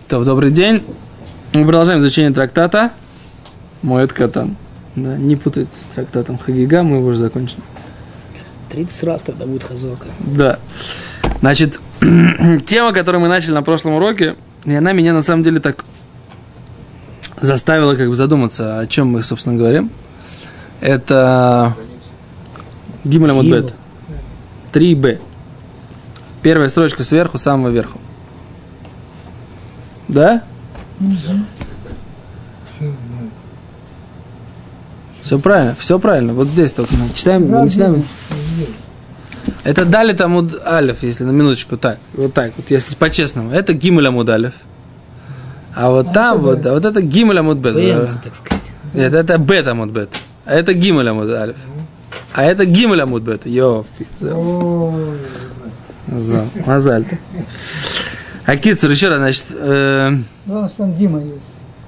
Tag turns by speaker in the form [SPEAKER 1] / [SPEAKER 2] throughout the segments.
[SPEAKER 1] Добрый день. Мы продолжаем изучение трактата Моэд Катан. Да, не путайте с трактатом Хагига, мы его уже закончили.
[SPEAKER 2] 30 раз тогда будет хазока.
[SPEAKER 1] Да. Значит, тема, которую мы начали на прошлом уроке, и она меня на самом деле так заставила как бы задуматься, о чем мы, собственно, говорим. Это Гимель Амуд Бет. 3Б. Первая строчка сверху, самого верху. Да? Все правильно. Вот здесь только читаем, начинаем. Это Далит Амуд Алеф, если на минуточку так, вот, если по-честному. Это Гимель Амуд Алеф. А вот там вот это Гимель Амуд Бет.
[SPEAKER 2] Так сказать.
[SPEAKER 1] Нет, это Бет Амуд Бет. А это Гимель Амуд Алеф. А это Гимель Амуд Бет. Йофи. Мазаль. А Кицур, еще раз, значит...
[SPEAKER 3] Да, там Дима есть.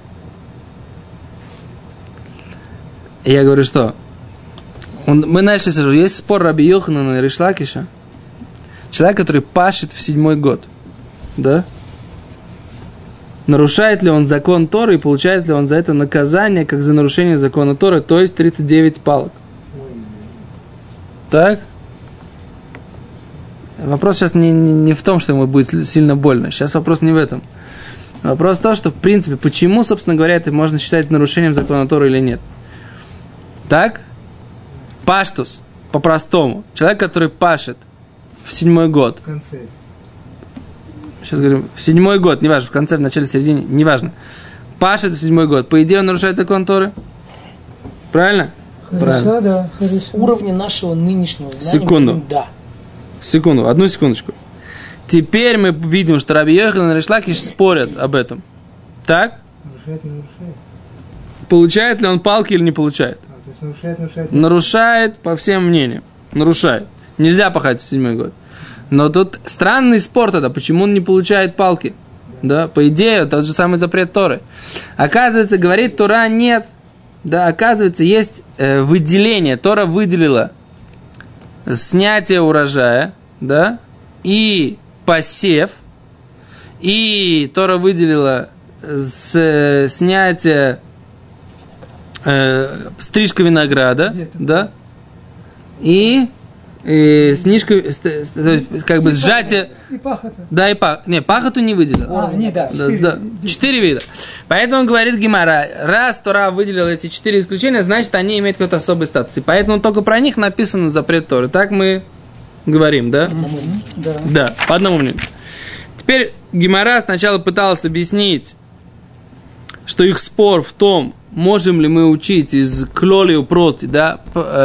[SPEAKER 1] Я говорю, что... Мы начали с... Есть спор Раби Йоханана и Риш Лакиша. Человек, который пашет в 7-й год. Да? Нарушает ли он закон Торы и получает ли он за это наказание, как за нарушение закона Торы, то есть 39 палок. Так? Вопрос сейчас не в том, что ему будет сильно больно. Сейчас вопрос не в этом. Вопрос в том, что, в принципе, почему, собственно говоря, это можно считать нарушением закона Торы или нет. Так? Паштус, по-простому. Человек, который пашет в 7-й год.
[SPEAKER 3] В конце.
[SPEAKER 1] Сейчас говорим, в 7-й год, неважно, в конце, в начале, в середине, неважно. Пашет в 7-й год. По идее, он нарушает закон Торы. Правильно?
[SPEAKER 3] Хорошо,
[SPEAKER 1] правильно.
[SPEAKER 3] Да,
[SPEAKER 2] С уровня нашего нынешнего знания.
[SPEAKER 1] Секунду.
[SPEAKER 2] Да.
[SPEAKER 1] Секунду, одну секундочку. Теперь мы видим, что Раби Йоханан и Риш Лакиш спорят об этом. Так?
[SPEAKER 3] Нарушает, не нарушает.
[SPEAKER 1] Получает ли он палки или не получает?
[SPEAKER 3] То есть нарушает.
[SPEAKER 1] Нарушает, по всем мнениям. Нарушает. Нельзя пахать в 7-й год. Но тут странный спор тогда. Почему он не получает палки? Да, по идее, тот же самый запрет Торы. Оказывается, говорит Тора, нет. Да, оказывается, есть выделение. Тора выделила снятие урожая, да, и посев, и Тора выделила снятие стрижка винограда, да, и снижка, как бы сжатие.
[SPEAKER 3] И пахота.
[SPEAKER 1] Да, и пахоту. Не, пахоту не выделила.
[SPEAKER 3] Да.
[SPEAKER 1] 4 вида. Поэтому говорит Гемара, раз Тора выделила эти 4 исключения, значит, они имеют какой-то особый статус. И поэтому только про них написан запрет Торы. Так мы говорим, да? Да, по одному мнению. Теперь Гемара сначала пыталась объяснить, что их спор в том, можем ли мы учить из клолию проти, да,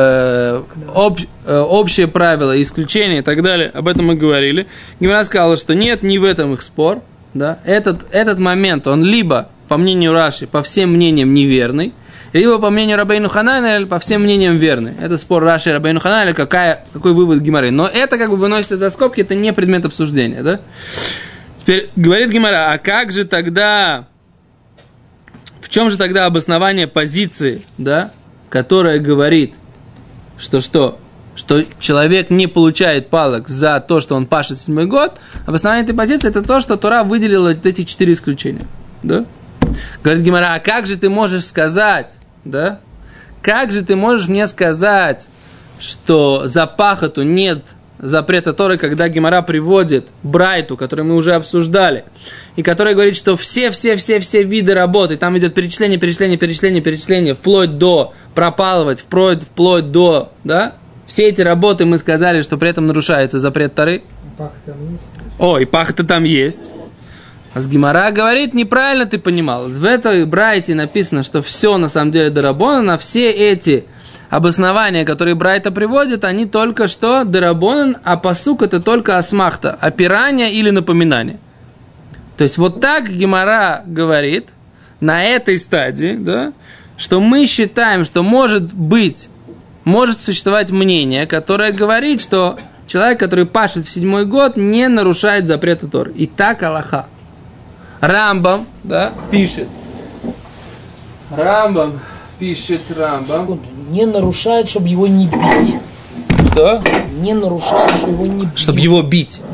[SPEAKER 1] общее правило, исключение и так далее, об этом мы говорили. Гемара сказала, что нет, не в этом их спор, да. Этот момент, он либо, по мнению Раши, по всем мнениям неверный, либо по мнению Рабейну Ханаана, по всем мнениям верный. Это спор Раши и Рабейну Ханаана, какой вывод Гемары. Но это как бы выносится за скобки, это не предмет обсуждения, да. Теперь говорит Гемара, а как же тогда... В чем же тогда обоснование позиции, да, которая говорит, что человек не получает палок за то, что он пашет 7-й год? Обоснование этой позиции это то, что Тора выделила вот эти 4 исключения. Да? Говорит Гемара, а как же ты можешь сказать, да? Как же ты можешь мне сказать, что за пахоту нет запрета Торы, когда Гемара приводит Брайту, который мы уже обсуждали, и который говорит, что все виды работы, там идет перечисление, вплоть до пропалывать, вплоть до, да, все эти работы мы сказали, что при этом нарушается запрет Торы. И пахота там есть. А с Гемара говорит, неправильно ты понимал. В этой Брайте написано, что все на самом деле дорабонано, все эти обоснования, которые Брайта приводит, они только что дорабонан, а пасук это только асмахта, опирание или напоминание. То есть вот так Гемара говорит на этой стадии, да, что мы считаем, что может существовать мнение, которое говорит, что человек, который пашет в 7-й год, не нарушает запрета Торы. И так алаха. Рамбам, да, пишет. Рамбам.
[SPEAKER 2] Секунду. Не нарушает, чтобы его не бить.
[SPEAKER 1] Что?
[SPEAKER 2] Не нарушает, чтобы его не бить.
[SPEAKER 1] Чтобы его бить.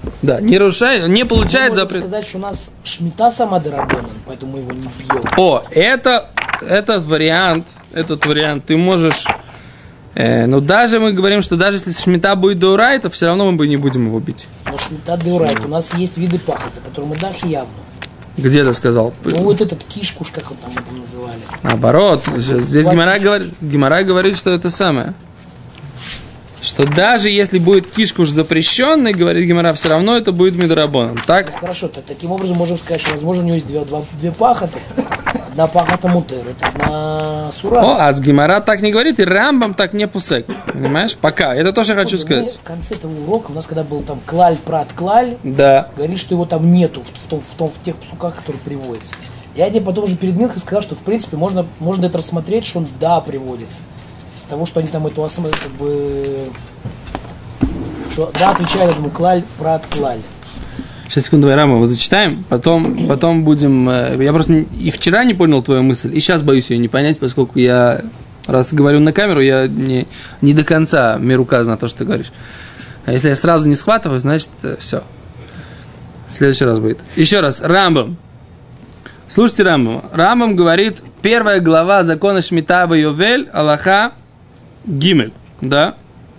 [SPEAKER 1] Да, не нарушает, не получает запрет.
[SPEAKER 2] Сказать, что у нас шмита сама дарабонан, поэтому мы его не бьем.
[SPEAKER 1] О, этот вариант, ты можешь... но даже мы говорим, что даже если шмита будет деурайта, все равно мы не будем его бить.
[SPEAKER 2] Но шмита деурайта, у нас есть виды пахоты, которые мы даже явно.
[SPEAKER 1] Где ты сказал?
[SPEAKER 2] Ну вот этот кишкуш, как вот там это называли.
[SPEAKER 1] Наоборот, здесь Гемара говорит, что это самое. Что даже если будет кишкуш запрещенный, говорит Гемара, все равно это будет мидрабоном. Так?
[SPEAKER 2] Ну, хорошо, таким образом можем сказать, что возможно у него есть две пахоты. Одна пахота мутер, это одна сура.
[SPEAKER 1] О, а с Гемара так не говорит, и Рамбам так не пусек. Понимаешь? Пока. Это то, что я хочу сказать.
[SPEAKER 2] В конце этого урока у нас, когда был там клаль, прат, клаль,
[SPEAKER 1] да.
[SPEAKER 2] Говорит, что его там нету в тех псуках, которые приводятся. Я тебе потом уже перед Минхой сказал, что в принципе можно это рассмотреть, что он да приводится. С того, что они там эту основу как бы... Что да отвечают этому клаль, прат, клаль.
[SPEAKER 1] Сейчас, секунду, Рамбам, зачитаем, потом будем... Я просто и вчера не понял твою мысль, и сейчас боюсь ее не понять, поскольку я, раз говорю на камеру, я не до конца мне указано то, что ты говоришь. А если я сразу не схватываю, значит, все. В следующий раз будет. Еще раз, Рамбам. Слушайте Рамбама. Рамбам говорит, 1 глава закона Шмита Йовель, Аллаха Гимель, да?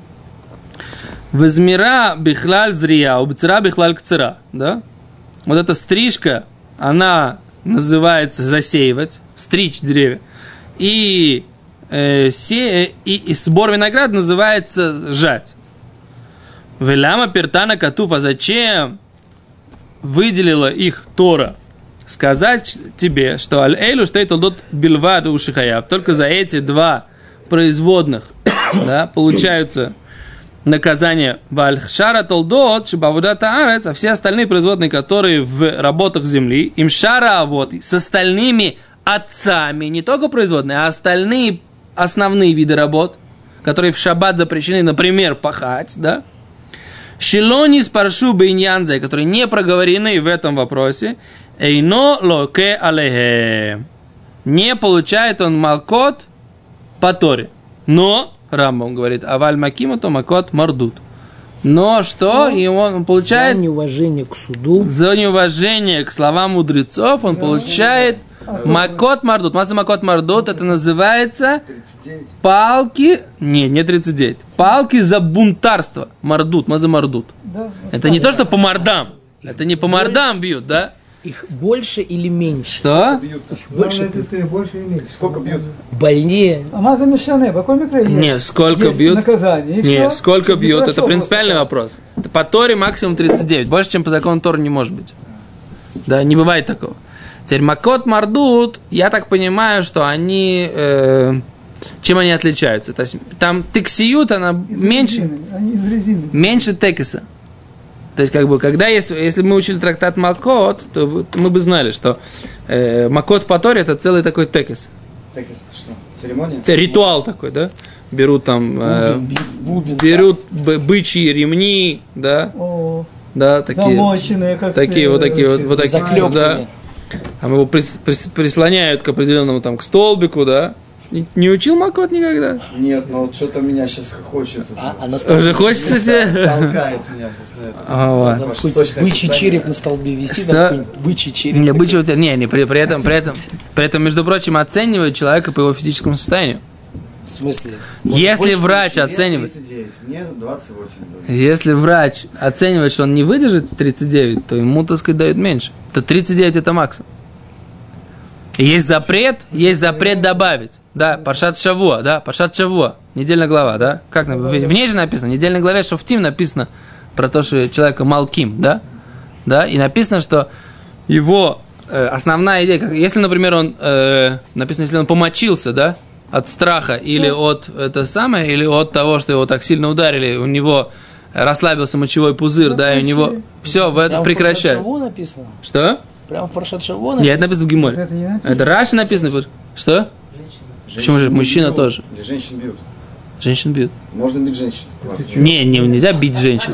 [SPEAKER 1] Возмира бихлаль зрия, убцера бихлаль кцера, да? Вот эта стрижка, она называется засеивать, стричь деревья. И сбор винограда называется жать. Веляма пертана катуфа, зачем выделила их Тора? Сказать тебе, что аль-эйлу штейтолдот бильваду ушихаяв, только за эти два производных, да, получаются наказания вальхшара толдот шибавуда таарец, а все остальные производные, которые в работах земли, им шара авот, с остальными отцами, не только производные, а остальные основные виды работ, которые в шаббат запрещены, например, пахать, да, шилони спаршу бейньянзе, которые не проговорены в этом вопросе, эйно локе алехе, не получает он малкот по Торе, но Рамбам говорит, аваль макиму то макот мардут. Но что? И он получает...
[SPEAKER 2] За неуважение к суду.
[SPEAKER 1] За неуважение к словам мудрецов он получает макот мардут. Масса макот мардут, это называется
[SPEAKER 3] 39.
[SPEAKER 1] Палки... Не 39. Палки за бунтарство. Мардут, маза мардут.
[SPEAKER 3] Да,
[SPEAKER 1] это не то, что по мордам. Это не по мордам бьют, да?
[SPEAKER 2] Их больше или меньше?
[SPEAKER 1] Что?
[SPEAKER 2] Их больше.
[SPEAKER 3] Главное, ты больше или меньше. Сколько бьют?
[SPEAKER 2] Больнее.
[SPEAKER 3] А маза мешаны, по какой микро есть?
[SPEAKER 1] Не, сколько
[SPEAKER 3] есть
[SPEAKER 1] бьют?
[SPEAKER 3] Наказание.
[SPEAKER 1] Не, сколько бьют? Это принципиальный вопрос. По Торе максимум 39. Больше, чем по закону Торы не может быть. Да, не бывает такого. Теперь макот мардут, я так понимаю, что они... чем они отличаются? То есть, там тексиют, она меньше...
[SPEAKER 3] Они из резины.
[SPEAKER 1] Меньше текеса. То есть, как бы, когда, если мы учили трактат Макот, то мы бы знали, что Макот по Торе – это целый такой текес.
[SPEAKER 4] Текес – что? Церемония?
[SPEAKER 1] Это ритуал такой, да? Берут там, берут бычьи ремни, да?
[SPEAKER 3] О,
[SPEAKER 1] Да, такие.
[SPEAKER 3] замоченные, как
[SPEAKER 1] такие, вот такие, вот такие,
[SPEAKER 2] заклепками.
[SPEAKER 1] да. А его прислоняют к определенному там, к столбику, да? Не учил Макот никогда?
[SPEAKER 4] Нет, но вот что-то меня сейчас хочется уже.
[SPEAKER 2] А на столбе
[SPEAKER 1] Уже хочется тебе?
[SPEAKER 4] Толкает меня сейчас на это.
[SPEAKER 1] Ладно.
[SPEAKER 4] Ваше сочное
[SPEAKER 2] бычий
[SPEAKER 4] описание.
[SPEAKER 2] череп на столбе висит,
[SPEAKER 1] Что?
[SPEAKER 2] такой бычий череп.
[SPEAKER 1] Не, бычьего тебя, не, при этом, между прочим, оценивают человека по его физическому состоянию.
[SPEAKER 2] В смысле?
[SPEAKER 1] Если врач
[SPEAKER 4] Тебе
[SPEAKER 1] оценивает,
[SPEAKER 4] 39, мне 28.
[SPEAKER 1] если врач оценивает, что он не выдержит 39, то ему, так сказать, дают меньше. То 39 это максимум. Есть запрет добавить. Да, Паршат Шавуа, да, Паршат Шавуа, недельная глава, да? Как в ней же написано, в недельной главе Шофтим написано про то, что человека Малким, да? Да, и написано, что его основная идея, как, если, например, он, написано, если он помочился, да, от страха или от, это самое, или от того, что его так сильно ударили, у него расслабился мочевой пузырь, да, и у него все, в это прекращает.
[SPEAKER 2] Прямо в Паршат Шавуа написано?
[SPEAKER 1] Что?
[SPEAKER 2] Прямо в Паршат Шавуа
[SPEAKER 1] Нет, это написано в Геморе.
[SPEAKER 3] Вот это не написано.
[SPEAKER 1] Это Раши написано. Что? Почему же мужчина
[SPEAKER 4] бьют.
[SPEAKER 1] тоже?
[SPEAKER 4] Или женщин бьют.
[SPEAKER 1] Женщин бьют.
[SPEAKER 4] Можно бить женщин. Классно.
[SPEAKER 1] Нельзя бить женщин.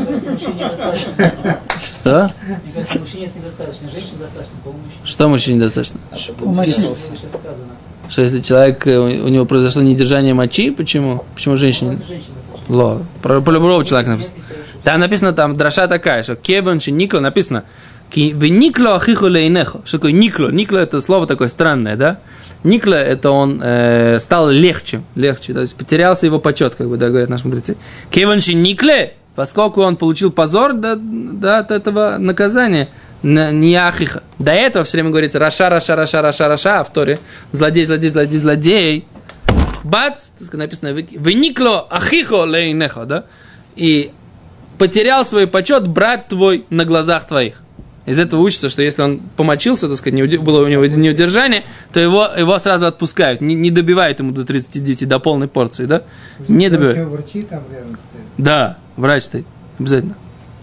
[SPEAKER 1] Что?
[SPEAKER 5] Мне кажется, мужчине это недостаточно, женщине достаточно, кого мужчине.
[SPEAKER 1] Что мужчине достаточно?
[SPEAKER 2] Чтобы он вписался.
[SPEAKER 5] Сейчас сказано.
[SPEAKER 1] Что если человек, у него произошло недержание мочи, почему? Почему женщине?
[SPEAKER 5] Это женщина достаточно.
[SPEAKER 1] Про любого человека написано. Там написано, там драша такая, что кеван никло, написано, никло ахиху лейнехо. Что такое никло? Никло это слово такое странное, да? Никло это он стал легче, то есть потерялся его почет, как бы, да, говорят наши мудрецы. Кеван никле, поскольку он получил позор от этого наказания, не ахиха. До этого все время говорится раша, а в Торе злодей. Бац, написано, выникло ахихо лейнехо, да? И потерял свой почет брат твой на глазах твоих. Из этого учится, что если он помочился, так сказать, было у него неудержание, то его сразу отпускают, не добивают ему до 39, до полной порции, да? Не добивают.
[SPEAKER 3] Врачи там рядом стоят.
[SPEAKER 1] Да, врач стоит, обязательно.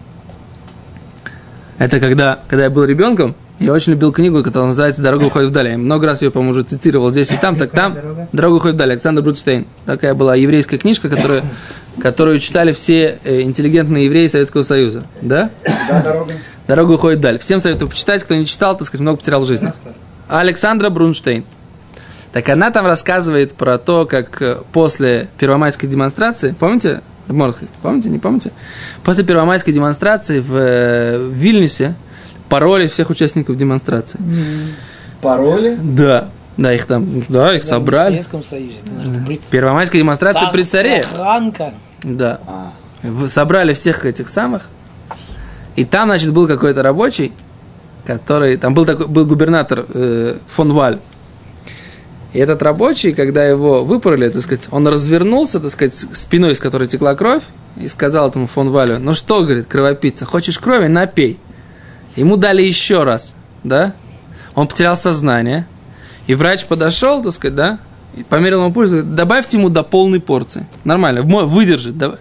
[SPEAKER 1] Это когда я был ребенком, я очень любил книгу, которая называется «Дорога уходит вдаль». Я много раз ее, по-моему, уже цитировал здесь и там, так там. «Дорога уходит вдаль», Александр Брунштейн. Такая была еврейская книжка, которую читали все интеллигентные евреи Советского Союза. Да?
[SPEAKER 4] Да, дорога.
[SPEAKER 1] «Дорога уходит вдаль». Всем советую почитать, кто не читал, так сказать, много потерял в жизни. Александра Брунштейн. Так она там рассказывает про то, как после первомайской демонстрации, помните, Мордхай, помните, не помните? После первомайской демонстрации в Вильнюсе пароли всех участников демонстрации.
[SPEAKER 4] Пароли?
[SPEAKER 1] Да, их там, их собрали.
[SPEAKER 2] В Советском Союзе.
[SPEAKER 1] Первомайская демонстрация при царе.
[SPEAKER 2] Охранка.
[SPEAKER 1] Да. Собрали всех этих самых. И там, значит, был какой-то рабочий, который... Там был губернатор фон Валь. И этот рабочий, когда его выпороли, так сказать, он развернулся, так сказать, спиной, из которой текла кровь, и сказал этому фон Валю: ну что, говорит, кровопийца, хочешь крови, напей. Ему дали еще раз, да? Он потерял сознание. И врач подошел, так сказать, да? И померил ему пульс, говорит: добавьте ему до полной порции. Нормально, выдержит, давай.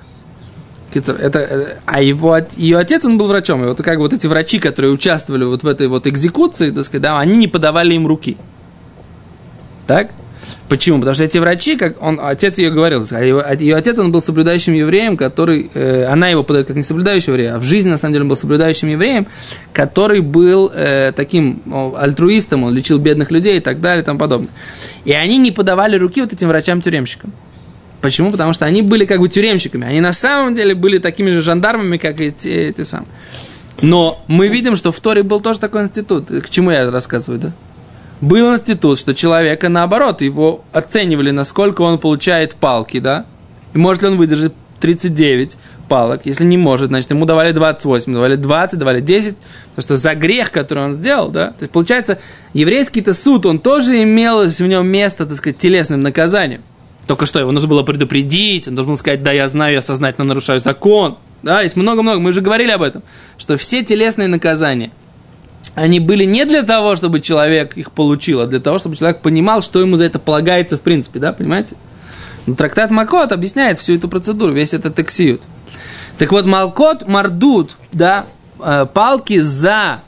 [SPEAKER 1] А ее отец, он был врачом. И вот как вот эти врачи, которые участвовали вот в этой вот экзекуции, так сказать, да, они не подавали им руки. Так? Почему? Потому что эти врачи, отец ее говорил, ее отец, он был соблюдающим евреем, который, она его подает как несоблюдающего еврея, а в жизни, на самом деле, он был соблюдающим евреем, который был таким альтруистом, он лечил бедных людей и так далее и тому подобное. И они не подавали руки вот этим врачам-тюремщикам. Почему? Потому что они были как бы тюремщиками, они на самом деле были такими же жандармами, как и эти самые. Но мы видим, что в Торе был тоже такой институт. К чему я это рассказываю, да? Был институт, что человека, наоборот, его оценивали, насколько он получает палки, да? И может ли он выдержать 39 палок. Если не может, значит, ему давали 28, давали 20, давали 10. Потому что за грех, который он сделал, да? То есть, получается, еврейский-то суд, он тоже имел в нем место, так сказать, телесным наказанием. Только что его нужно было предупредить, он должен был сказать: да, я знаю, я сознательно нарушаю закон. Да, есть много-много, мы уже говорили об этом, что все телесные наказания, они были не для того, чтобы человек их получил, а для того, чтобы человек понимал, что ему за это полагается в принципе, да, понимаете? Но трактат Макот объясняет всю эту процедуру, весь этот эксиют. Так вот, Малкот, Мардут, да, палки за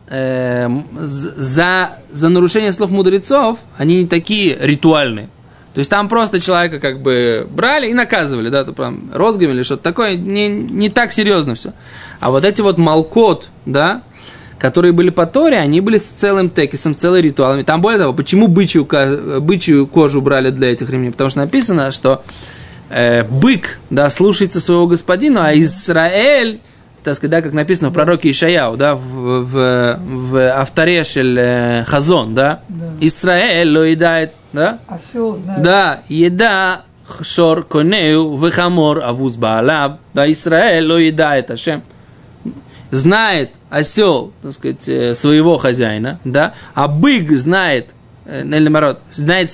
[SPEAKER 1] нарушение слов мудрецов, они не такие ритуальные. То есть там просто человека как бы брали и наказывали, да, прям розгами или что-то такое, не так серьезно все. А вот эти вот Малкот, да, которые были по Торе, они были с целым текисом, с целыми ритуалами. Там более того, почему бычью кожу брали для этих ремней? Потому что написано, что бык, да, слушается своего господина, а Израиль, так сказать, да, как написано в пророке Ишаяу, да, в авторе Шель Хазон, да, Израиль лоидает, да,
[SPEAKER 3] Осел знает.
[SPEAKER 1] да, еда шор конеу вехамор авуз баалаб, да, Израиль лоидает Ашем. Знает осел, так сказать, своего хозяина, да, а бык знает, знает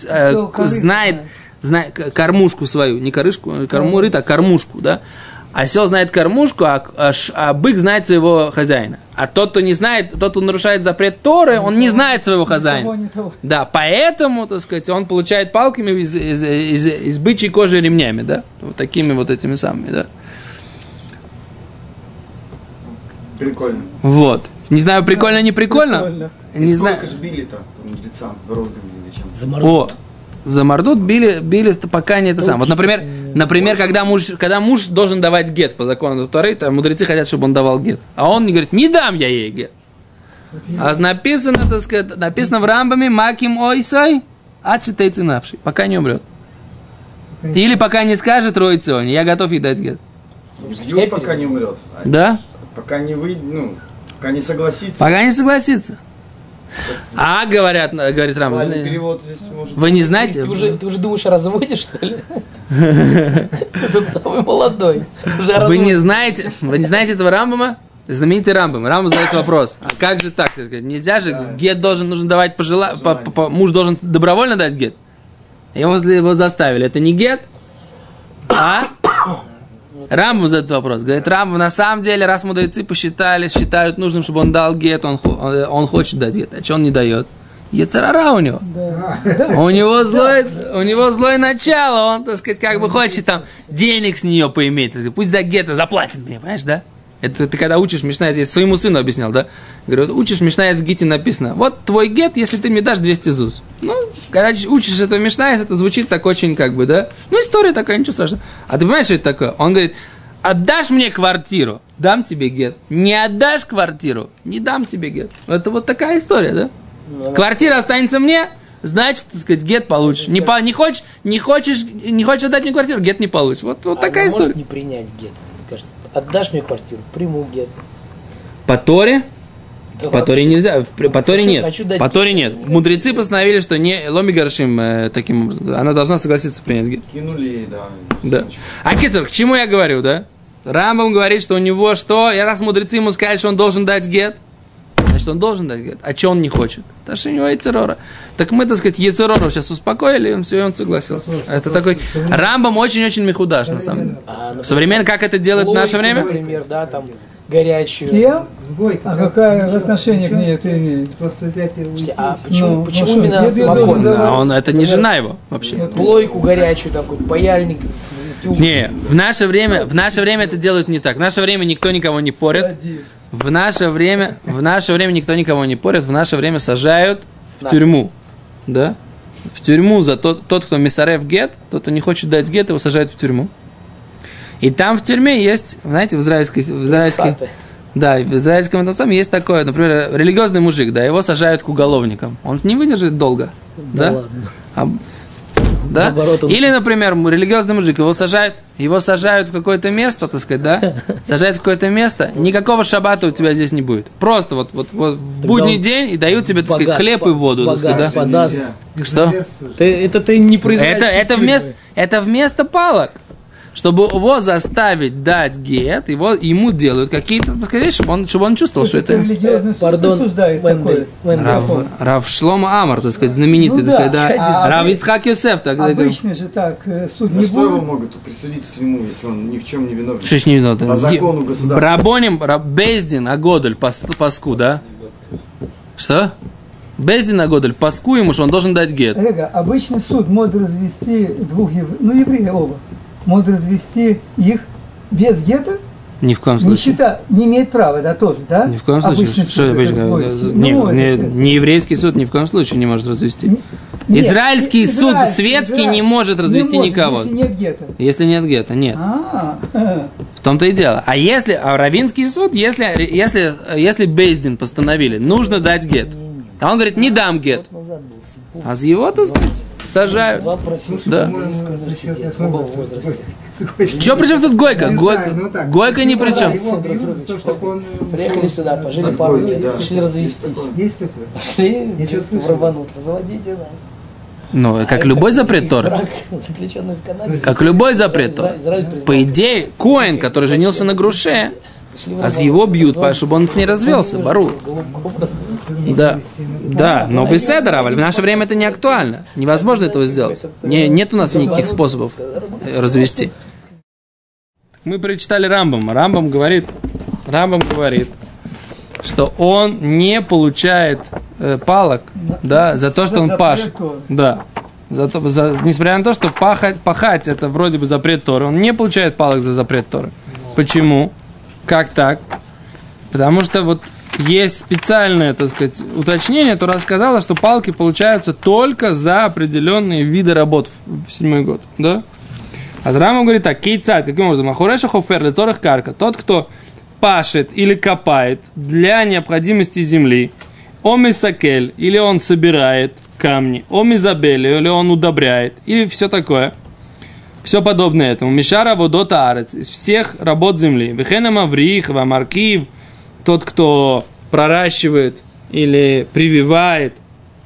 [SPEAKER 1] кормушку свою, не корышку, кормурит, а кормушку, да. Осел знает кормушку, а бык знает своего хозяина. А тот, кто не знает, тот, кто нарушает запрет Торы, он не знает своего хозяина. Да, поэтому, так сказать, он получает палками из бычьей кожи ремнями, да, вот такими вот этими самыми, да.
[SPEAKER 4] Прикольно.
[SPEAKER 1] Вот. Не знаю, прикольно, не прикольно.
[SPEAKER 3] Прикольно.
[SPEAKER 1] Не
[SPEAKER 4] И
[SPEAKER 1] знаю.
[SPEAKER 4] сколько ж били-то мудрецам, розгами или чем?
[SPEAKER 2] За Мардут.
[SPEAKER 1] За Мардут били пока не это самое. Вот, например, когда муж должен давать гет по закону Торы, то мудрецы хотят, чтобы он давал гет. А он не говорит: не дам я ей гет. А написано, так сказать, написано в Рамбаме: маким ойсай, ачитей цинавший, пока не умрет. Или пока не скажет рой цони, я готов ей дать гет.
[SPEAKER 4] Бьют, пока не умрет.
[SPEAKER 1] Да?
[SPEAKER 4] Пока не пока не согласится.
[SPEAKER 1] Пока не согласится. А говорит Рамбам,
[SPEAKER 4] Правильный перевод здесь может
[SPEAKER 1] вы не знаете?
[SPEAKER 2] Ты уже думаешь о разводе, что ли? Ты тут самый молодой.
[SPEAKER 1] Вы не знаете этого Рамбама? Знаменитый Рамбам. Рамбам задает вопрос. А как же так? Нельзя же, гет нужно давать муж должен добровольно дать гет. Его заставили. Это не гет, а Рамбам задает вопрос. Говорит, Рамбам, на самом деле, раз мудрецы считают нужным, чтобы он дал гет, он хочет дать гет. А что он не дает? Йецер ара у него. Да. У него злое начало. Он, так сказать, как бы хочет там денег с нее поиметь. Пусть за гет заплатит мне, понимаешь, да? Это ты когда учишь Мишна, я своему сыну объяснял, да? Говорю, учишь Мишна, в Гите написано. Вот твой гет, если ты мне дашь 200 зуз. Ну, когда учишь это Мишна, это звучит так очень как бы, да? Ну, история такая, ничего страшного. А ты понимаешь, что это такое? Он говорит, отдашь мне квартиру, дам тебе гет. Не отдашь квартиру, не дам тебе гет. Это вот такая история, да? Квартира останется мне, значит, так сказать, гет получишь. Не хочешь отдать мне квартиру, гет не получишь. Вот такая история.
[SPEAKER 2] Может не принять гет. Скажет, отдашь мне квартиру, приму гет.
[SPEAKER 1] По Торе?
[SPEAKER 2] Да
[SPEAKER 1] по Торе нельзя. По Торе нет. По Торе
[SPEAKER 2] гет.
[SPEAKER 1] нет. Мудрецы постановили, что не ломи гаршим таким образом. Она должна согласиться принять гет.
[SPEAKER 4] кинули,
[SPEAKER 1] Да. А Китер, к чему я говорю, да? Рамбам говорит, что у него что? И раз мудрецы ему сказали, что он должен дать гет, значит, он должен дать гет. А что он не хочет? Потому что у него яйцерора. Так мы, так сказать, яйцерору сейчас успокоили, и он согласился. Это такой... Рамбам очень-очень мехудаш, на самом деле. Современно, как это делает в наше время?
[SPEAKER 2] Например, да, там горячую.
[SPEAKER 3] Я? А какое отношение к ней это имеет? Просто взять и уйти.
[SPEAKER 2] А почему
[SPEAKER 3] что,
[SPEAKER 2] именно
[SPEAKER 3] я
[SPEAKER 2] молоко?
[SPEAKER 3] думаю,
[SPEAKER 1] Это не жена его вообще.
[SPEAKER 2] Плойку горячую, такой паяльник.
[SPEAKER 1] Не, в наше время это делают не так. В наше время никто никого не порит. В наше время никто никого не порит. В наше время сажают в тюрьму. Да? В тюрьму за тот, кто мисарев гет, тот, кто не хочет дать гет, его сажают в тюрьму. И там в тюрьме есть, знаете, в израильском этом самом есть такое, например, религиозный мужик, да, его сажают к уголовникам. Он не выдержит долго. Да?
[SPEAKER 2] Ладно.
[SPEAKER 1] Да?
[SPEAKER 2] Наоборот,
[SPEAKER 1] Или, например, религиозный мужик, его сажают в какое-то место, так сказать, да? Сажают в какое-то место, никакого шаббата у тебя здесь не будет. Просто вот в будний день и дают тебе, так сказать, хлеб и воду, так сказать, да?
[SPEAKER 2] Подаст.
[SPEAKER 1] Что?
[SPEAKER 2] Это ты не производишь.
[SPEAKER 1] Это вместо палок. Чтобы его заставить дать гет, ему делают какие-то, так сказать, чтобы он чувствовал, что это...
[SPEAKER 3] Религиозный суд присуждает такое.
[SPEAKER 1] Рав Шломо Амар, так сказать, знаменитый, так сказать, да. Рав Ицхак Йосеф.
[SPEAKER 3] Обычно же так, суд
[SPEAKER 4] За
[SPEAKER 3] не
[SPEAKER 4] что его
[SPEAKER 3] будет.
[SPEAKER 4] могут присудить в тюрьму, если он ни в чем не виновен?
[SPEAKER 1] Что ж не виноват?
[SPEAKER 4] По закону государства.
[SPEAKER 1] Рабоним, Бездин, Агодель, паску, да? Что? Бездин, Агодель, паску ему, что он должен дать гет.
[SPEAKER 3] Рега, обычный суд может развести двух евреев, оба, может развести их без гета,
[SPEAKER 1] Ни в коем случае.
[SPEAKER 3] не имеет права, да, тоже, да?
[SPEAKER 1] Ни в коем случае.
[SPEAKER 3] Обычный
[SPEAKER 1] Что
[SPEAKER 3] суд,
[SPEAKER 1] обычно?
[SPEAKER 3] этот войский.
[SPEAKER 1] Не еврейский суд ни в коем случае не может развести.
[SPEAKER 3] Нет,
[SPEAKER 1] Израильский суд светский не может развести никого.
[SPEAKER 3] Если нет гета.
[SPEAKER 1] Если нет гета, нет. В том-то и дело. А равинский суд, если Бейздин постановили, нужно дать гет. А он говорит, не дам гет. А с его, так сказать, сажают.
[SPEAKER 2] Два профессора
[SPEAKER 1] Да.
[SPEAKER 2] еврейского университета, оба в возрасте.
[SPEAKER 1] Че при чем тут Гойка? Гойка ни при чем.
[SPEAKER 2] Приехали сюда, пожили пару лет, решили развестись.
[SPEAKER 3] Есть такое?
[SPEAKER 2] Пошли
[SPEAKER 3] Ничего
[SPEAKER 2] в Рабанут, разводите нас.
[SPEAKER 1] Ну, как любой запрет Торы.
[SPEAKER 2] Брак, заключенный в Канаде.
[SPEAKER 1] Как любой запрет Торы.
[SPEAKER 2] Израиль признал.
[SPEAKER 1] По идее, Коэн, который женился на груше, а с его бьют, чтобы он с ней развелся. Бару. Да, но без седера, в наше время это не актуально. Невозможно этого сделать. Нет у нас никаких способов развести. Мы прочитали Рамбама. Рамбам говорит, что он не получает палок, да, за то, что он пашет. Да. Несмотря на то, что пахать это вроде бы запрет Торы, он не получает палок за запрет Торы. Почему? Как так? Потому что вот есть специальное, так сказать, уточнение, Тора сказала, что палки получаются только за определенные виды работ в 7-й год, да? А Рамбам говорит так, кейцат, каким образом? Ахуреша хофер лецорах карка, тот, кто пашет или копает для необходимости земли, омисакель, или он собирает камни, омизабель, или он удобряет, или все такое. Все подобное этому. Мишара водота арец. Из всех работ земли. Вехена маврих, вамаркив. Тот, кто проращивает или прививает.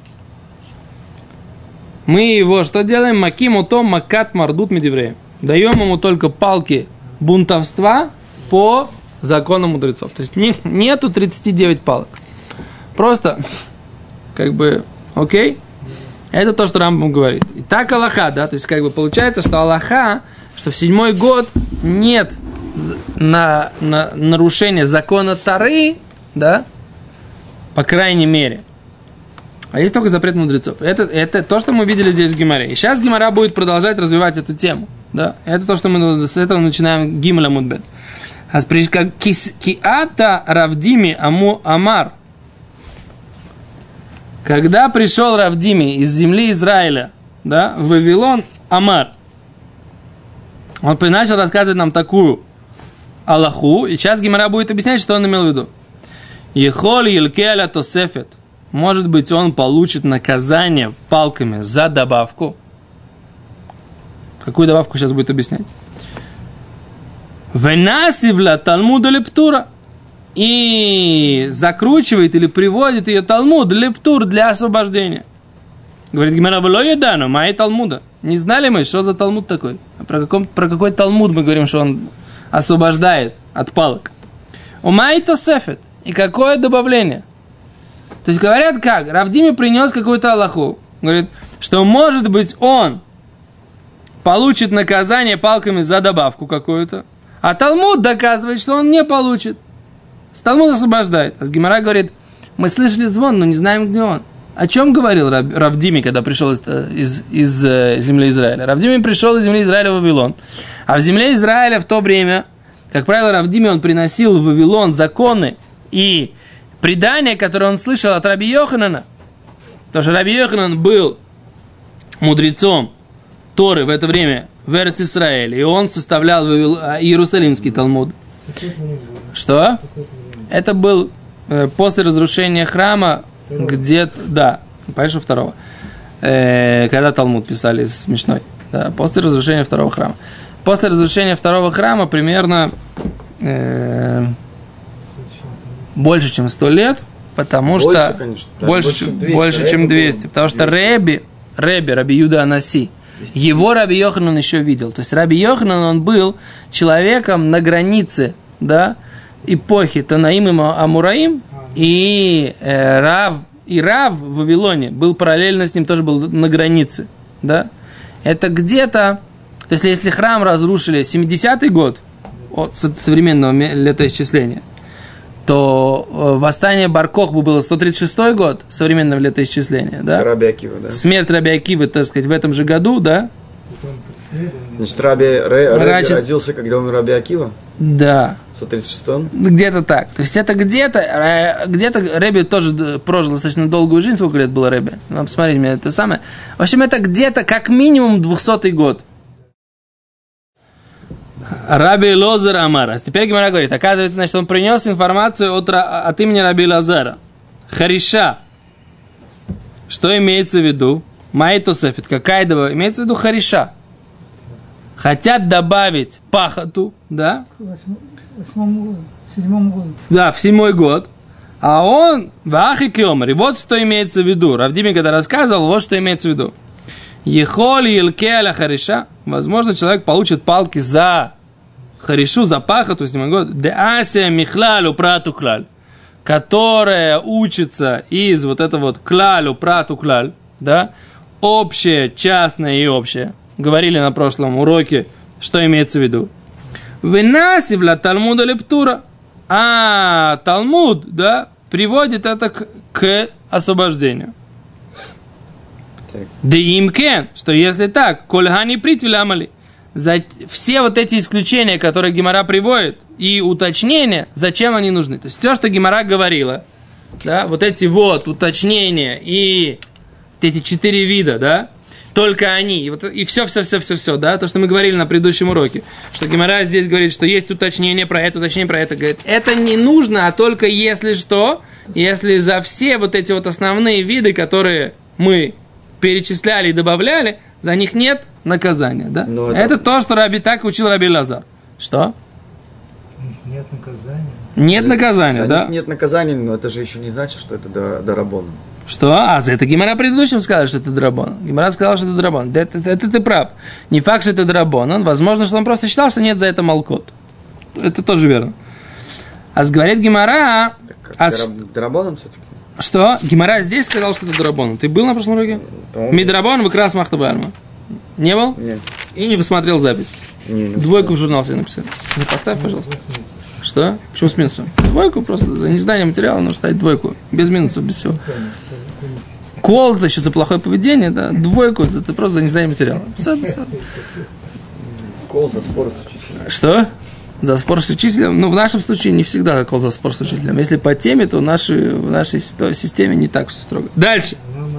[SPEAKER 1] Мы его что делаем? Маким утом макат мардут медивреем. Даем ему только палки бунтовства по закону мудрецов. То есть нету 39 палок. Просто, окей? Это то, что Рамбам говорит. И так Аллаха, да, то есть получается, что Аллаха, что в 7-й год нет на нарушение закона Торы, да, по крайней мере. А есть только запрет мудрецов. Это то, что мы видели здесь в Гемаре. И сейчас Гемара будет продолжать развивать эту тему. Да? Это то, что мы с этого начинаем Гимель Амуд-бет. Киата Равдими Амар. Когда пришел Равдими из земли Израиля, да, в Вавилон, Амар, он начал рассказывать нам такую Аллаху, и сейчас Гемара будет объяснять, что он имел в виду. Ехоль елкеля тосефет. Может быть, он получит наказание палками за добавку. Какую добавку сейчас будет объяснять? Венасивля Талмуда лептура. И закручивает или приводит ее Талмуд лептур для освобождения. Говорит Гемара, вло едану, май Талмуда. Не знали мы, что за Талмуд такой? Про какой Талмуд мы говорим, что он освобождает от палок? Умай тосефет. И какое добавление? То есть говорят как? Равдими принес какую-то Аллаху. Говорит, что может быть он получит наказание палками за добавку какую-то. А Талмуд доказывает, что он не получит. Талмуд освобождает. А Гемара говорит, мы слышали звон, но не знаем, где он. О чем говорил Равдими, когда пришел из земли Израиля? Равдими пришел из земли Израиля в Вавилон. А в земле Израиля в то время, как правило, Равдими он приносил в Вавилон законы и предания, которые он слышал от Раби Йоханана. Потому что Раби Йоханан был мудрецом Торы в это время в Эрец-Исраэле. И он составлял Иерусалимский Талмуд. Что? Это был после разрушения храма, где-то, да, понимаешь, второго. Когда Талмуд писали смешной. Да, после разрушения второго храма. После разрушения второго храма примерно больше, чем 100 лет, потому
[SPEAKER 4] больше,
[SPEAKER 1] что...
[SPEAKER 4] Конечно,
[SPEAKER 1] больше, чем 200. Потому что Раби Юда Анаси, его Раби Йоханан еще видел. То есть Раби Йоханан, он был человеком на границе, да, эпохи Танаим и Амураим, и Рав в Вавилоне был параллельно с ним, тоже был на границе, да. Это где-то, то есть если храм разрушили 70-й год от современного летоисчисления, то восстание Бар-Кохбы было 136 год современного летоисчисления, да?
[SPEAKER 4] Раби Акива, да.
[SPEAKER 1] Смерть Раби Акивы, так сказать, в этом же году, да?
[SPEAKER 4] Значит, Раби родился, когда умер Раби Акива?
[SPEAKER 1] Да.
[SPEAKER 4] В 136-м?
[SPEAKER 1] Где-то так. То есть это где-то Рэби тоже прожил достаточно долгую жизнь. Сколько лет было Рэби? Ну, посмотрите, это самое. В общем, это где-то как минимум 200-й год. Раби Лозер Амар. А теперь Гемара говорит, оказывается, значит, он принес информацию от имени Раби Лозера. Хариша. Что имеется в виду? Май Тосефет. Какая добавка? Имеется в виду Хариша. Хотят добавить пахоту, да?
[SPEAKER 3] В 7-м году.
[SPEAKER 1] Да, в 7-й год. А он в Ахи Киомар. И вот что имеется в виду. Равдими, когда рассказывал, вот что имеется в виду. Ехоль елке аля хариша. Возможно, человек получит палки за харишу, за пахоту в 7-й год. Де асия михлалю прату клаль. Которая учится из вот этого вот клалю прату клаль. Да? Общее, частное и общее. Говорили на прошлом уроке, что имеется в виду. Вынасивля Талмуда лептура. А Талмуд, да, приводит это к освобождению. Да имкен, что если так, кольгани притвиля амали. Все вот эти исключения, которые Гемара приводит, и уточнения, зачем они нужны? То есть все, что Гемара говорила, да, вот эти вот уточнения и вот эти 4 вида, да, только они, и все, да, то, что мы говорили на предыдущем уроке, что Гемара здесь говорит, что есть уточнение про это, говорит, это не нужно, а только если что, если за все вот эти вот основные виды, которые мы перечисляли и добавляли, за них нет наказания, да? Это то, что так учил Раби Лазар. Что?
[SPEAKER 6] Нет наказания.
[SPEAKER 1] Нет наказания, да?
[SPEAKER 4] Нет наказания, но это же еще не значит, что это дарабон.
[SPEAKER 1] Что? А за это Гемара предыдущим сказала, что это дарабон. Гемара сказала, что это дарабон. Это ты прав. Не факт, что это дарабон. Возможно, что он просто считал, что нет за это малкот. Это тоже верно. А говорит Гемара...
[SPEAKER 4] Дарабоном все-таки?
[SPEAKER 1] Что? Гемара здесь сказал, что это дарабон. Ты был на прошлом уроке? Мидрабон выкрас махтабарма. Не был?
[SPEAKER 4] Нет.
[SPEAKER 1] И не посмотрел запись.
[SPEAKER 4] Не
[SPEAKER 1] Двойку в журнал себе написали. Не поставь, пожалуйста. Что? Почему с минусом? Двойку просто. За незнание материала нужно ставить двойку. Без минусов, без всего. Кол это еще за плохое поведение, да? Двойку это просто за незнание материала.
[SPEAKER 4] Кол за спор с учителем.
[SPEAKER 1] Что? За спор с учителем? Ну, в нашем случае не всегда кол за спор с учителем. Если по теме, то в нашей системе не так все строго. Дальше.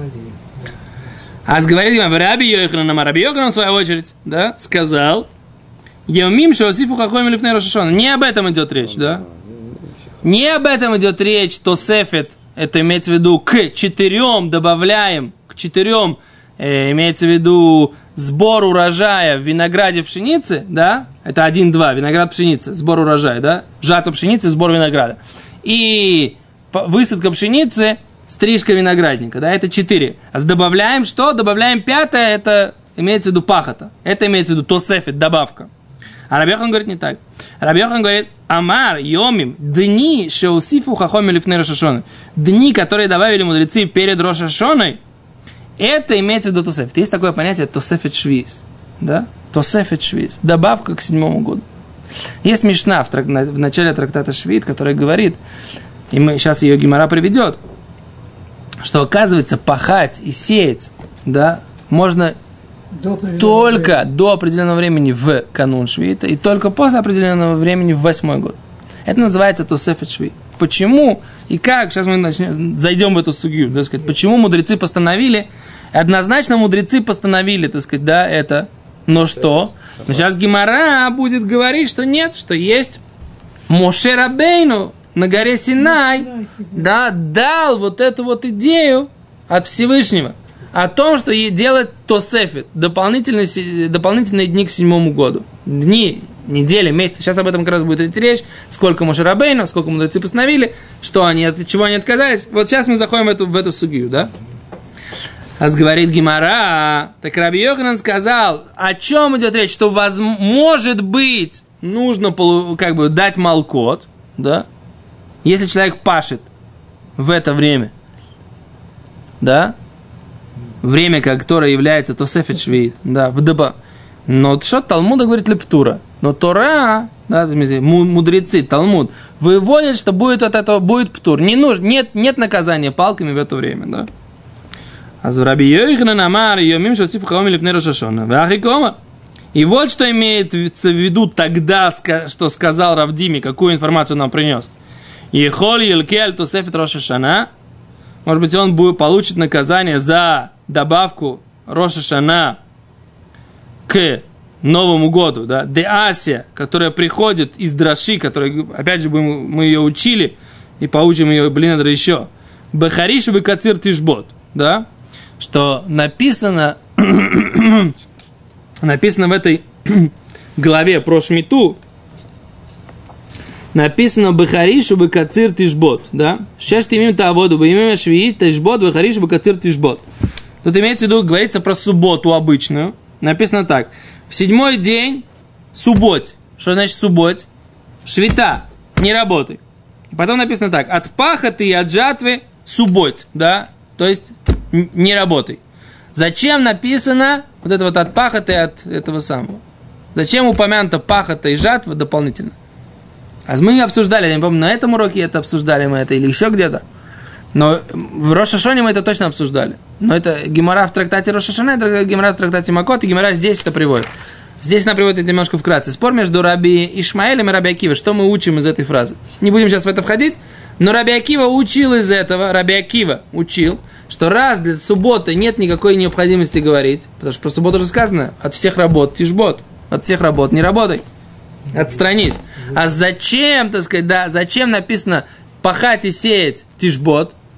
[SPEAKER 1] А говорит Раби Йоханан, Раби Йоханан в свою очередь, да, сказал, Йомим шеосифу хахомим лифней рош ха-шана. Не об этом идет речь, да? Не об этом идет речь, тосефет, это имеется в виду к 4 добавляем, к 4 имеется в виду сбор урожая в винограде пшеницы, да? Это 1-2, виноград пшеницы, сбор урожая, да? Жатва пшеницы, сбор винограда. И высадка пшеницы, стрижка виноградника, да? Это 4. А добавляем что? Добавляем 5, это имеется в виду пахота. Это имеется в виду тосефет, добавка. А Раби Йохан говорит не так. Раби Йохан говорит, Амар, Йомим, дни шеусифу хахоми лифней рош ха-шана. Дни, которые добавили мудрецы перед рош ха-шаной, это имеется в виду тосефет. Есть такое понятие тосефет швиз. Да? Тосефет швиз. Добавка к 7 году. Есть мишна в начале трактата Швид, которая говорит, и сейчас ее Гемара приведет, что оказывается пахать и сеять, да, можно только до определенного времени в канун Швита и только после определенного времени в 8-й год. Это называется тосефет швид. Почему и как? Сейчас мы зайдем в эту сугью, так сказать. Почему мудрецы постановили? Однозначно мудрецы постановили, так сказать, да, это. Но что? Но сейчас Гемара будет говорить, что нет, что есть Моше Рабейну на горе Синай, да, дал вот эту вот идею от Всевышнего о том, что делать тосефет, дополнительные дни к 7 году. Дни, недели, месяцы. Сейчас об этом как раз будет идти речь. Сколько Моше Рабейну, сколько мудрецы постановили, что они, от чего они отказались. Вот сейчас мы заходим в эту сугию, да? А говорит Гемара, так Раби Йоханан сказал, о чем идет речь, что может быть нужно как бы дать малкот, да? Если человек пашет в это время, да? Время, которое является тосефет швид, да, но что Талмуда говорит лептура, но Тора, да, мудрецы, Талмуд, выводят, что будет от этого будет птур, не нужно, нет наказания палками в это время, да. А за Раби Йоханан амар йомим шосиф хаоми лифней рош ха-шана, вахи кома. И вот что имеется в виду тогда, что сказал Рав Дими, какую информацию нам принес. Ехоль елкель тосефет рош ха-шана. Может быть, он получит наказание за добавку рош ха-шана к Новому году, да, деасия, которая приходит из драши, которая, опять же, мы ее учили и поучим ее, еще. Бехариш векацир тишбот, да, что написано в этой главе про Шмиту, написано Бехаришу бекацир тишбот, да? Шеш тимим таводу, бимим швиит тишбот, Бехаришу бекацир тишбот. Тут имеется в виду, говорится про субботу обычную. Написано так. В 7-й день субботь. Что значит субботь? Швита. Не работай. И потом написано так. От пахоты и от жатвы субботь, да? То есть не работай. Зачем написано вот это вот от пахоты и от этого самого? Зачем упомянута пахота и жатва дополнительно? А мы обсуждали, я не помню, на этом уроке это обсуждали мы это или еще где-то. Но в Рош ха-Шане мы это точно обсуждали. Но это Гемара в трактате Рош ха-Шана, это Гемара в трактате Макот, и Гемара здесь это приводит. Здесь она приводит это немножко вкратце. Спор между Раби Ишмаэлем и Раби Акива. Что мы учим из этой фразы? Не будем сейчас в это входить, но Раби Акива учил из этого, что раз для субботы нет никакой необходимости говорить, потому что про субботу уже сказано, от всех работ тишбот, от всех работ не работай, отстранись. А зачем, так сказать, да, зачем написано пахать и сеять тишбот,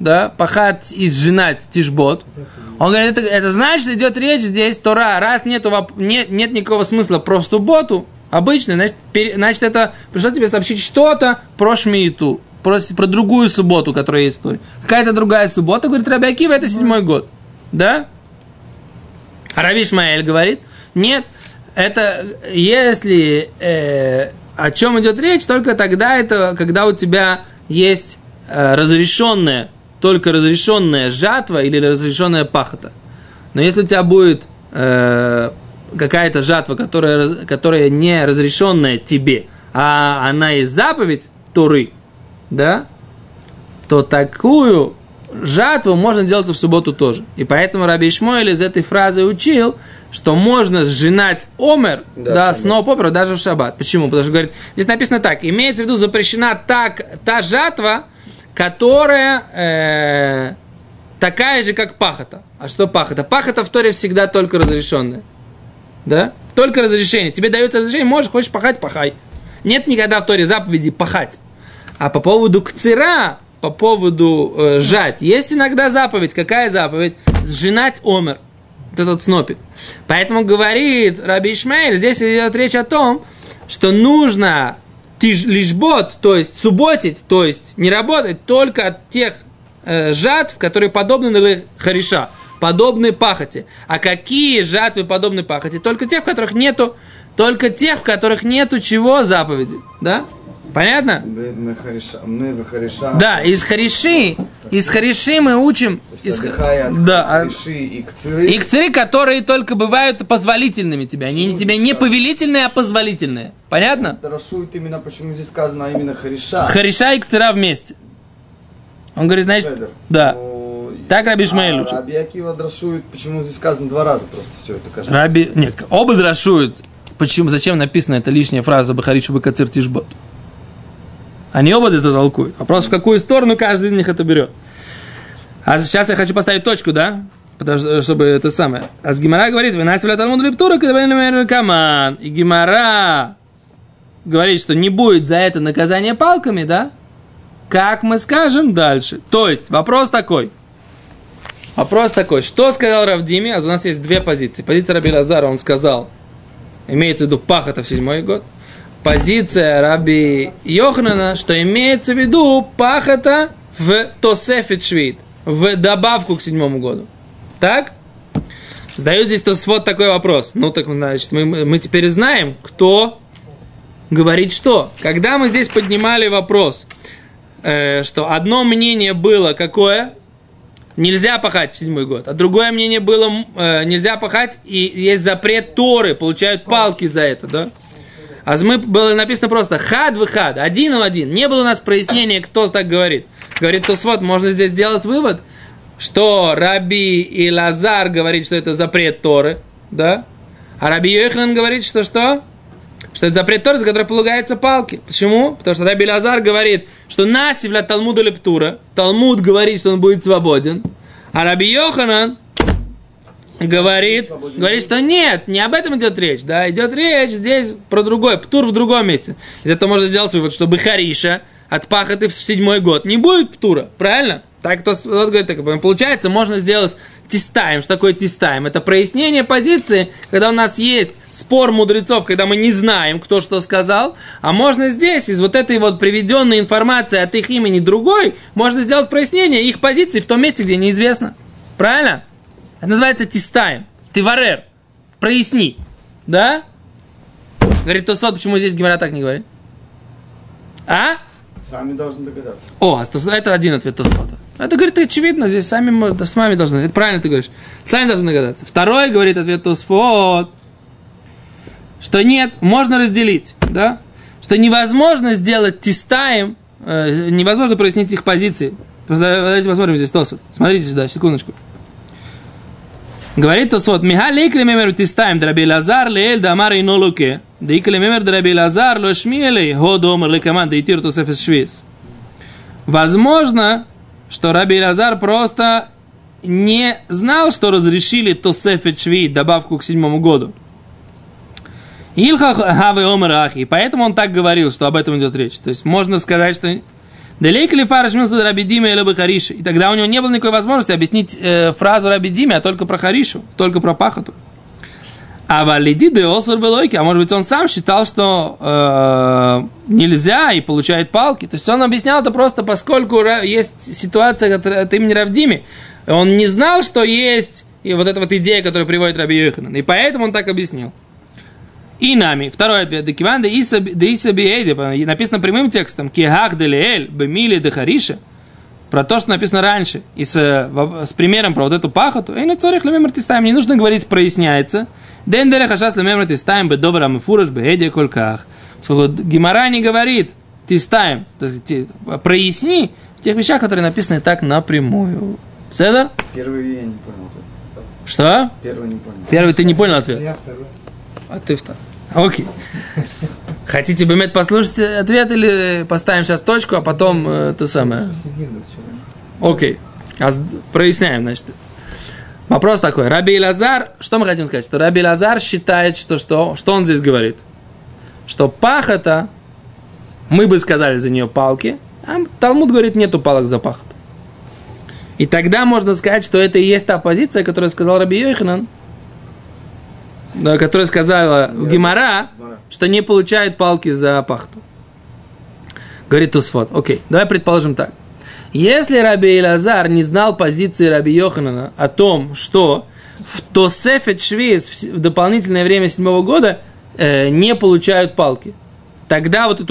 [SPEAKER 1] да, пахать и сжинать тишбот. Он говорит, это значит, идет речь здесь, Тора, раз нет никакого смысла про субботу, обычно, значит, это пришло тебе сообщить что-то про Шмииту, про другую субботу, которая есть в Торе. Какая-то другая суббота, говорит Раби Акива, это 7-й год. Да? А Раби Ишмаэль говорит, нет, это если о чем идет речь, только тогда это, когда у тебя есть разрешенная жатва или разрешенная пахота. Но если у тебя будет какая-то жатва, которая не разрешенная тебе, а она есть заповедь Торы, да, то такую жатву можно делать в субботу тоже. И поэтому Раби Ишмаэль из этой фразы учил, что можно сжинать омер, да, сноп омера даже в шаббат. Почему? Потому что, говорит, здесь написано так, имеется в виду запрещена та жатва, которая такая же, как пахота. А что пахота? Пахота в Торе всегда только разрешенная. Да? Только разрешение. Тебе дается разрешение, хочешь пахать, пахай. Нет никогда в Торе заповеди пахать. А по поводу кцира, по поводу жать, есть иногда заповедь. Какая заповедь? Сжинать омер. Вот этот снопик. Поэтому говорит Раби Ишмаэль, здесь идет речь о том, что нужно лишбот, то есть субботить, то есть не работать только от тех жатв, которые подобны хариша, подобны пахоте. А какие жатвы подобны пахоте? Только тех, в которых нету чего заповеди. Да? Понятно?
[SPEAKER 4] Мы в хариша.
[SPEAKER 1] Да, из хариши мы учим.
[SPEAKER 4] Хариши и кциры.
[SPEAKER 1] И кциры, которые только бывают позволительными тебе. Они тебе не повелительные, а позволительные. Понятно?
[SPEAKER 4] Рашуют именно, почему здесь сказано именно хариша.
[SPEAKER 1] Хариша и кцира вместе. Он говорит, значит, да. Так Раби Ишмаэль учит.
[SPEAKER 4] Раби Акива драшует, почему здесь сказано 2 раза просто все это кажется.
[SPEAKER 1] Нет, оба драшуют. Почему? Зачем написана эта лишняя фраза «Бахаришу бакацир тишбот»? Они оба это толкуют. Вопрос, в какую сторону каждый из них это берет. А сейчас я хочу поставить точку, да? Чтобы это самое. А с Гемара говорит, «Вынасивля талмуд лептура, каман». И Гемара говорит, что не будет за это наказание палками, да? Как мы скажем дальше? То есть, вопрос такой, что сказал Рав Дими? А у нас есть 2 позиции. Позиция Раби Лазара, он сказал, имеется в виду пахота в 7-й год. Позиция Раби Йоханана, что имеется в виду пахота в Тосефет Швид, в добавку к 7-му году. Так? Задают здесь Тосфот такой вопрос. Ну, так, значит, мы теперь знаем, кто говорит что. Когда мы здесь поднимали вопрос, что одно мнение было какое? Нельзя пахать в 7-й год. А другое мнение было, нельзя пахать, и есть запрет Торы, получают палки за это, да? А было написано просто хад в хад, 1 в 1. Не было у нас прояснения, кто так говорит. Говорит Тосфот, можно здесь сделать вывод, что Раби Илазар говорит, что это запрет Торы, да? А Раби Йоханан говорит, что это запрет Торы, за который полагаются палки. Почему? Потому что Раби Илазар говорит, что насивля Талмуда лептура. Талмуд говорит, что он будет свободен. А Раби Йоханан говорит, что нет, не об этом идет речь, да, идет речь здесь про другое, птур в другом месте. Из этого можно сделать вывод, что хариша от пахоты в 7-й год не будет птура, правильно? Так кто говорит, так получается, можно сделать тистаем. Что такое тистаем? Это прояснение позиции, когда у нас есть спор мудрецов, когда мы не знаем, кто что сказал, а можно здесь, из вот этой вот приведенной информации от их имени другой, можно сделать прояснение их позиции в том месте, где неизвестно. Правильно? Это называется тистаем. Тиварер. Проясни. Да? Говорит Тосфот, почему здесь Гемара так не говорит? А?
[SPEAKER 4] Сами должны догадаться.
[SPEAKER 1] Это один ответ Тосфота. Это, говорит, очевидно, здесь сами должны. Это правильно ты говоришь. Сами должны догадаться. Второй, говорит ответ Тосфот, что нет, можно разделить. Да? Что невозможно сделать тистаем, невозможно прояснить их позиции. Давайте посмотрим здесь Тосфот. Смотрите сюда, секундочку. Говорит Тосфот, «Михалик ли мемер тистаем драби Лазар леэль дамар ино луке, да ик ли мемер драби Лазар ло шмиэлей ходу омер лекаман да итир тосефес швиз». Возможно, что Раби Лазар просто не знал, что разрешили тосефет шви, добавку к 7-му году. И поэтому он так говорил, что об этом идет речь. То есть можно сказать, что Делейкали фарашмился Раби Диме или бы Хариши. И тогда у него не было никакой возможности объяснить фразу Раби Диме, а только про Харишу, только про пахоту. А валиди де осур белойки, а может быть он сам считал, что нельзя и получает палки. То есть он объяснял это просто, поскольку есть ситуация от имени Рав Диме. Он не знал, что есть и вот эта вот идея, которую приводит Раби Йоханан. И поэтому он так объяснил. И нами. Второй ответ. Декиван де исаби эйде. Написано прямым текстом. Кихах де леэль бемили де хариша. Про то, что написано раньше. И с примером про вот эту пахоту. Эй, на цорих лемемр тистаем. Не нужно говорить, проясняется. Ден дере хашас лемемр тистаем бе добра мефураш бе эйде кольках. Поскольку Гемара не говорит тистаем. Проясни в тех вещах, которые написаны так напрямую. Седер?
[SPEAKER 4] Первый я не понял.
[SPEAKER 1] Что?
[SPEAKER 4] Первый не понял.
[SPEAKER 1] Первый ты не понял ответ?
[SPEAKER 6] Я второй.
[SPEAKER 1] А ты второй. Окей. Хотите, Бемет, послушать ответ или поставим сейчас точку, а потом то самое? Окей. Проясняем, значит. Вопрос такой. Раби Элазар, что мы хотим сказать? Что Раби Элазар считает, что он здесь говорит? Что пахота, мы бы сказали за нее палки, а Талмуд говорит, нету палок за пахоту. И тогда можно сказать, что это и есть та позиция, которую сказал Раби Йоханан, которая сказала Гемара, что не получает палки за пахоту. Говорит Тосфот. Окей, давай предположим так. Если Раби Элазар не знал позиции Раби Йоханана о том, что в Тосефет Швейц в дополнительное время 7-го года не получают палки, тогда вот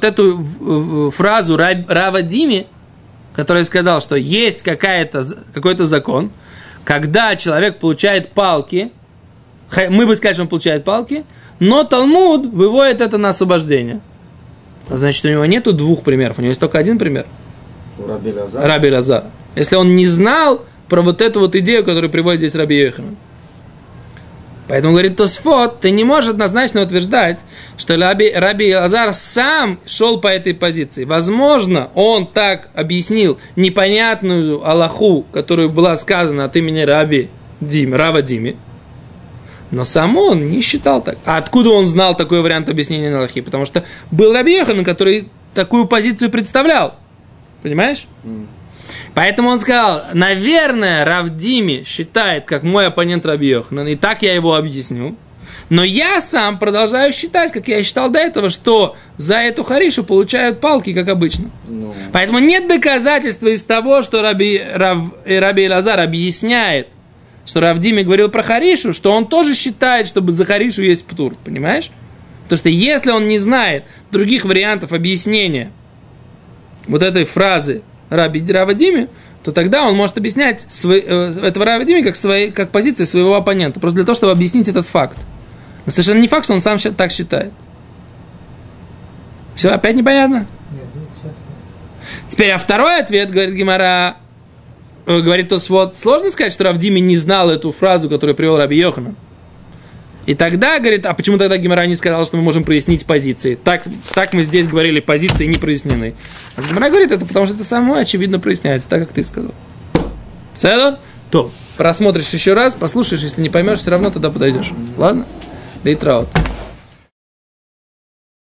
[SPEAKER 1] эту фразу Рава Дими, который сказал, что есть какой-то закон, когда человек получает палки, мы бы сказали, что он получает палки, но Талмуд выводит это на освобождение. Значит, у него нету двух примеров, у него есть только один пример. Раби Элазар. Если он не знал про вот эту вот идею, которую приводит здесь Раби Йоханан. Поэтому, говорит Тосфот, ты не можешь однозначно утверждать, что Раби Элазар сам шел по этой позиции. Возможно, он так объяснил непонятную алаху, которая была сказана от имени Рава Дими, но сам он не считал так. А откуда он знал такой вариант объяснения на алахи? Потому что был Раби Йоханан, который такую позицию представлял. Понимаешь? Поэтому он сказал, наверное, Рав Дими считает, как мой оппонент Раби Йоханан, и так я его объясню. Но я сам продолжаю считать, как я считал до этого, что за эту харишу получают палки, как обычно. Поэтому нет доказательства из того, что Раби Элазар объясняет, что Рав Дими говорил про харишу, что он тоже считает, что за харишу есть птур. Понимаешь? Потому что если он не знает других вариантов объяснения вот этой фразы Рава Дими, то тогда он может объяснять этого Рава Дими как позицию своего оппонента. Просто для того, чтобы объяснить этот факт. Но совершенно не факт, что он сам так считает. Все, опять непонятно?
[SPEAKER 6] Нет, сейчас.
[SPEAKER 1] Теперь, а второй ответ, говорит Гемара, говорит Тосфот, сложно сказать, что Рав Дими не знал эту фразу, которую привел Раби Йоханан. И тогда, говорит, а почему тогда Гемара не сказала, что мы можем прояснить позиции? Так мы здесь говорили, позиции не прояснены. А Гемара говорит, это потому что это само очевидно проясняется, так как ты сказал. Седор? То. Просмотришь еще раз, послушаешь, если не поймешь, все равно тогда подойдешь. Ладно? Лейтраут.